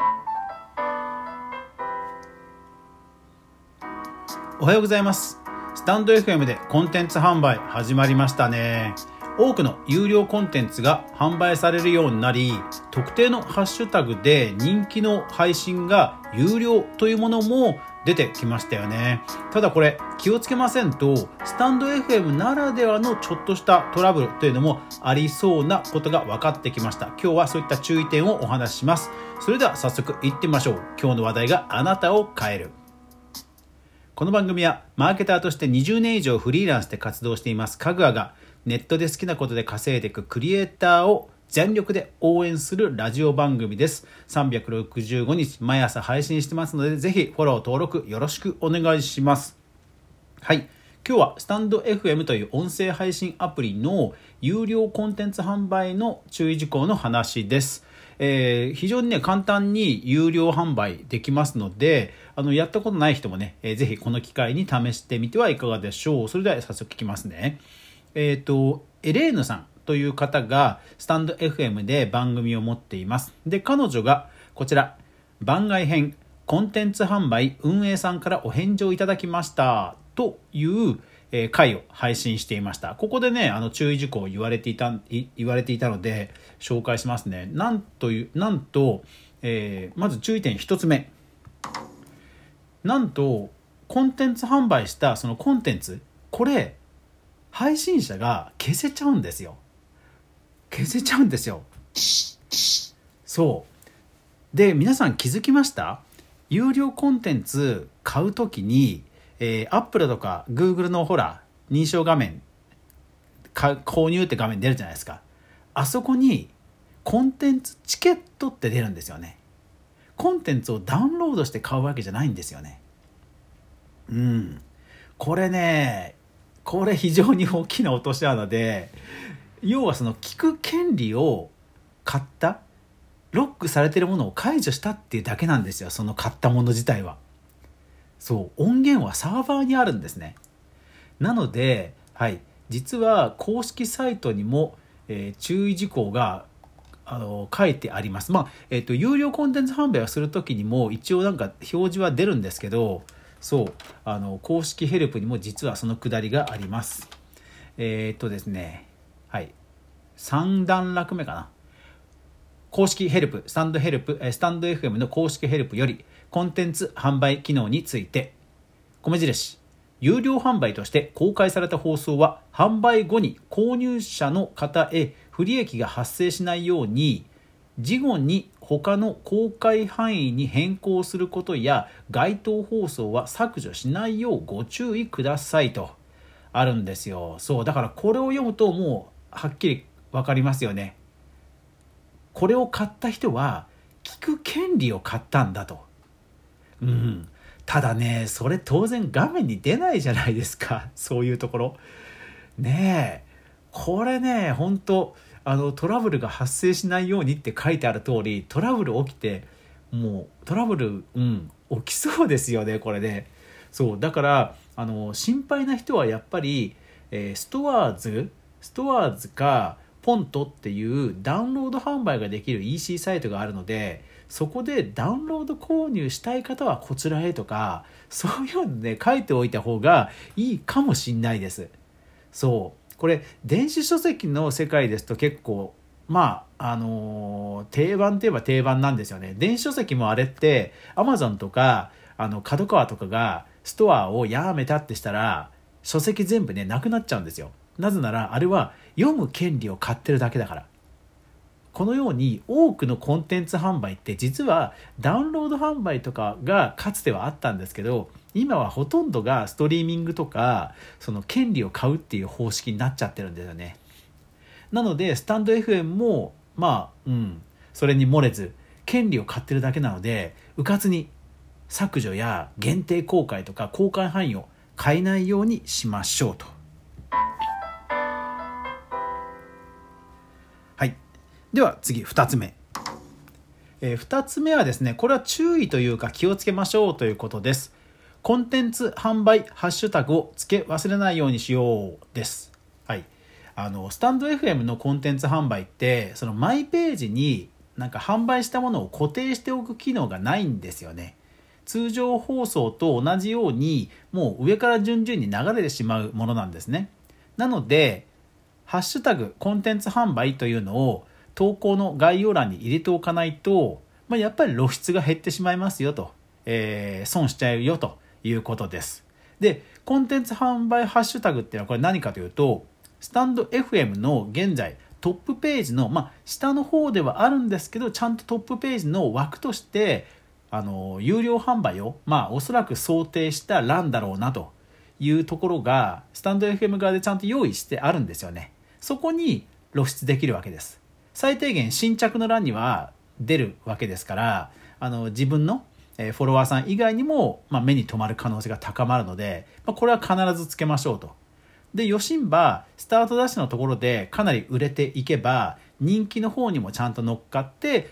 おはようございます。スタンド FM でコンテンツ販売始まりましたね。多くの有料コンテンツが販売されるようになり、特定のハッシュタグで人気の配信が有料というものも出てきましたよね。ただこれ気をつけませんと、スタンド FM ならではのちょっとしたトラブルというのもありそうなことが分かってきました。今日はそういった注意点をお話しします。それでは早速いってみましょう。今日の話題があなたを変える。この番組はマーケターとして20年以上フリーランスで活動していますかぐわが、ネットで好きなことで稼いでいくクリエイターを全力で応援するラジオ番組です。365日毎朝配信してますので、ぜひフォロー登録よろしくお願いします。はい、今日はスタンド FM という音声配信アプリの有料コンテンツ販売の注意事項の話です。非常にね簡単に有料販売できますので、やったことない人もね、ぜひこの機会に試してみてはいかがでしょう。それでは早速聞きますね。エレーヌさんという方がスタンド FM で番組を持っています。で、彼女がこちら番外編コンテンツ販売運営さんからお返事をいただきましたという回を配信していました。ここでね注意事項を言われていたので紹介しますね。なんと、まず注意点1つ目、なんとコンテンツ販売したそのコンテンツ、これ配信者が消せちゃうんですよ。そうで、皆さん気づきました？有料コンテンツ買うときにApple とか Google の認証画面、購入って画面出るじゃないですか。あそこにコンテンツチケットって出るんですよね。コンテンツをダウンロードして買うわけじゃないんですよね。これ非常に大きな落とし穴で、要はその聞く権利を買った、ロックされているものを解除したっていうだけなんですよ。その買ったもの自体は。そう音源はサーバーにあるんですね。なので、実は公式サイトにも、注意事項が書いてあります。有料コンテンツ販売をするときにも一応表示は出るんですけど、公式ヘルプにも実はそのくだりがあります。ですね、3段落目かな。公式ヘルプ、スタンド FM の公式ヘルプよりコンテンツ販売機能について、米印、有料販売として公開された放送は販売後に購入者の方へ不利益が発生しないように事後に他の公開範囲に変更することや、該当放送は削除しないようご注意くださいとあるんですよ。だからこれを読むともうはっきり分かりますよね。これを買った人は聞く権利を買ったんだと。ただね、それ当然画面に出ないじゃないですか。そういうところね。これね、本当トラブルが発生しないようにって書いてある通り、トラブル起きて、もうトラブル、起きそうですよね、これね。だから心配な人はやっぱり、ストアーズかポントっていうダウンロード販売ができる EC サイトがあるので、そこでダウンロード購入したい方はこちらへとか、そういうので書いておいた方がいいかもしれないです。これ電子書籍の世界ですと結構定番といえば定番なんですよね。電子書籍もあれって Amazon とか角川とかがストアをやめたってしたら書籍全部ねなくなっちゃうんですよ。なぜならあれは読む権利を買ってるだけだから。このように多くのコンテンツ販売って実はダウンロード販売とかがかつてはあったんですけど、今はほとんどがストリーミングとかその権利を買うっていう方式になっちゃってるんですよね。なのでスタンド FM もそれに漏れず権利を買ってるだけなので、うかつに削除や限定公開とか公開範囲を変えないようにしましょうと。では次2つ目。2つ目はですね、これは注意というか気をつけましょうということです。コンテンツ販売ハッシュタグを付け忘れないようにしようです。スタンド FM のコンテンツ販売ってそのマイページになんか販売したものを固定しておく機能がないんですよね。通常放送と同じようにもう上から順々に流れてしまうものなんですね。なのでハッシュタグコンテンツ販売というのを投稿の概要欄に入れておかないと、やっぱり露出が減ってしまいますよと、損しちゃうよということです。で、コンテンツ販売ハッシュタグっていうのはこれ何かというと、スタンド FM の現在トップページの、下の方ではあるんですけど、ちゃんとトップページの枠として有料販売を、おそらく想定した欄だろうなというところがスタンド FM 側でちゃんと用意してあるんですよね。そこに露出できるわけです。最低限新着の欄には出るわけですから、自分のフォロワーさん以外にも、目に留まる可能性が高まるので、これは必ずつけましょうと。で、よしんばスタートダッシュのところでかなり売れていけば人気の方にもちゃんと乗っかって、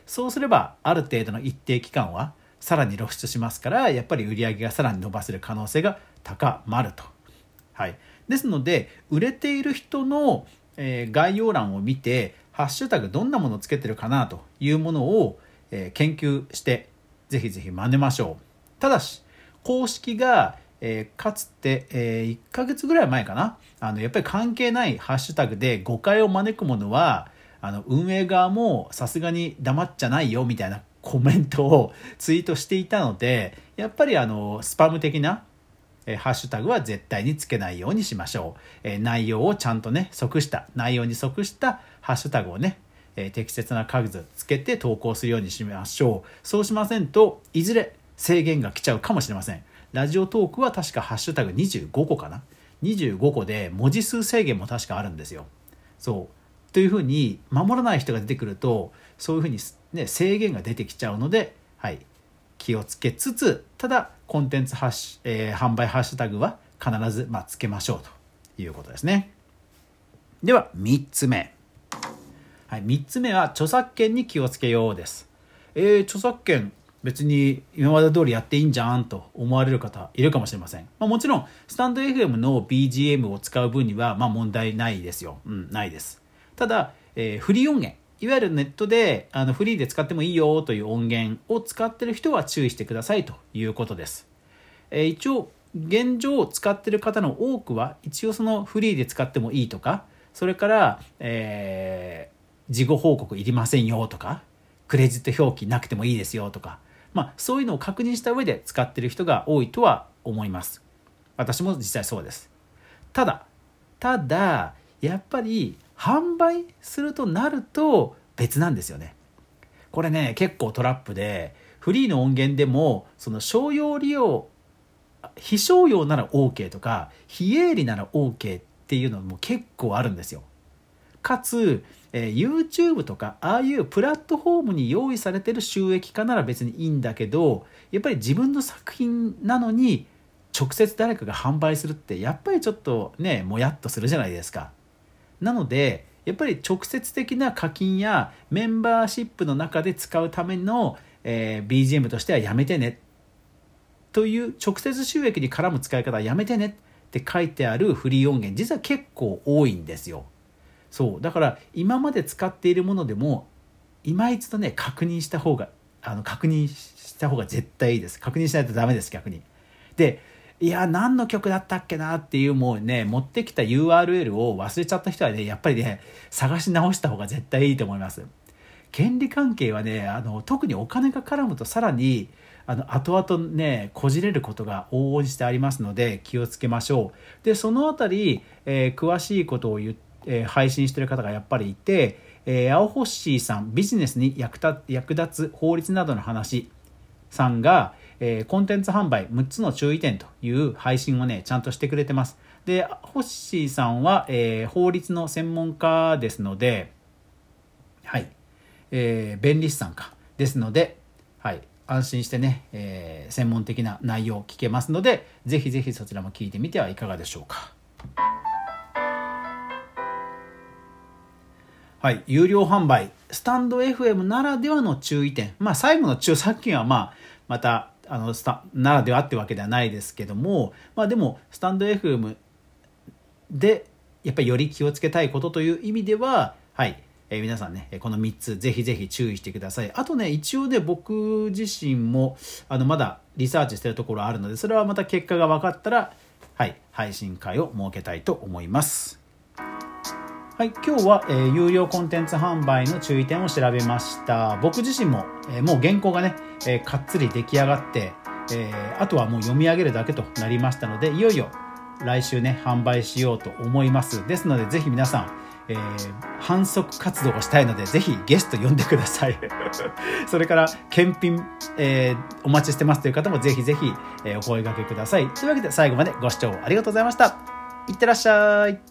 そうすればある程度の一定期間はさらに露出しますから、やっぱり売り上げがさらに伸ばせる可能性が高まると。はい。ですので売れている人の概要欄を見てハッシュタグどんなものをつけてるかなというものを研究してぜひぜひ真似ましょう。ただし公式がかつて1ヶ月ぐらい前かな、やっぱり関係ないハッシュタグで誤解を招くものは運営側もさすがに黙っちゃないよみたいなコメントをツイートしていたので、やっぱりスパム的なハッシュタグは絶対につけないようにしましょう。内容をちゃんとね内容に即したハッシュタグをね適切な数つけて投稿するようにしましょう。そうしませんといずれ制限が来ちゃうかもしれません。ラジオトークは確かハッシュタグ25個かな、25個で文字数制限も確かあるんですよ。そうというふうに守らない人が出てくると、そういうふうに、制限が出てきちゃうので、気をつけつつ、ただコンテンツ販売ハッシュタグは必ずつけましょうということですね。では3つ目、3つ目は著作権に気をつけようです。著作権別に今まで通りやっていいんじゃんと思われる方いるかもしれません。もちろんスタンド FM の BGM を使う分には問題ないですよ。ないです。ただ、フリー音源、いわゆるネットでフリーで使ってもいいよという音源を使っている人は注意してくださいということです。一応現状使っている方の多くは一応そのフリーで使ってもいいとか、それから、事後報告いりませんよとか、クレジット表記なくてもいいですよとか、そういうのを確認した上で使っている人が多いとは思います。私も実際そうです。ただやっぱり販売するとなると別なんですよね。これね結構トラップで、フリーの音源でもその商用利用、非商用なら OK とか非営利なら OK っていうのも結構あるんですよ。かつ、YouTube とかああいうプラットフォームに用意されてる収益化なら別にいいんだけど、やっぱり自分の作品なのに直接誰かが販売するってやっぱりちょっとねもやっとするじゃないですか。なのでやっぱり直接的な課金やメンバーシップの中で使うための、BGM としてはやめてねという、直接収益に絡む使い方はやめてねって書いてあるフリー音源実は結構多いんですよ。そうだから今まで使っているものでも今一度ね確認した方が絶対いいです。確認しないとダメです。逆にで、いや何の曲だったっけなっていう、もうね持ってきた URL を忘れちゃった人はねやっぱりね探し直した方が絶対いいと思います。権利関係はね特にお金が絡むとさらに後々ねこじれることが往々にしてありますので気をつけましょう。でそのあたり、詳しいことを配信している方がやっぱりいて、青ホッシーさん、ビジネスに役立つ法律などの話さんが、コンテンツ販売6つの注意点という配信をねちゃんとしてくれてます。でホッシーさんは、法律の専門家ですので、弁理士さんかですので、安心してね、専門的な内容を聞けますので、ぜひぜひそちらも聞いてみてはいかがでしょうか。有料販売スタンド FM ならではの注意点、最後のさっきはまたならではってわけではないですけども、でもスタンド FM でやっぱりより気をつけたいことという意味では、 皆さんね、この3つぜひぜひ注意してください。あとね、一応ね、僕自身もまだリサーチしてるところあるので、それはまた結果が分かったら、はい、配信会を設けたいと思います。はい、今日は、有料コンテンツ販売の注意点を調べました。僕自身も、もう原稿がね、かっつり出来上がって、あとはもう読み上げるだけとなりましたので、いよいよ来週ね販売しようと思います。ですのでぜひ皆さん、販促活動をしたいのでぜひゲスト呼んでくださいそれから検品、お待ちしてますという方もぜひぜひ、お声掛けください。というわけで最後までご視聴ありがとうございました。いってらっしゃい。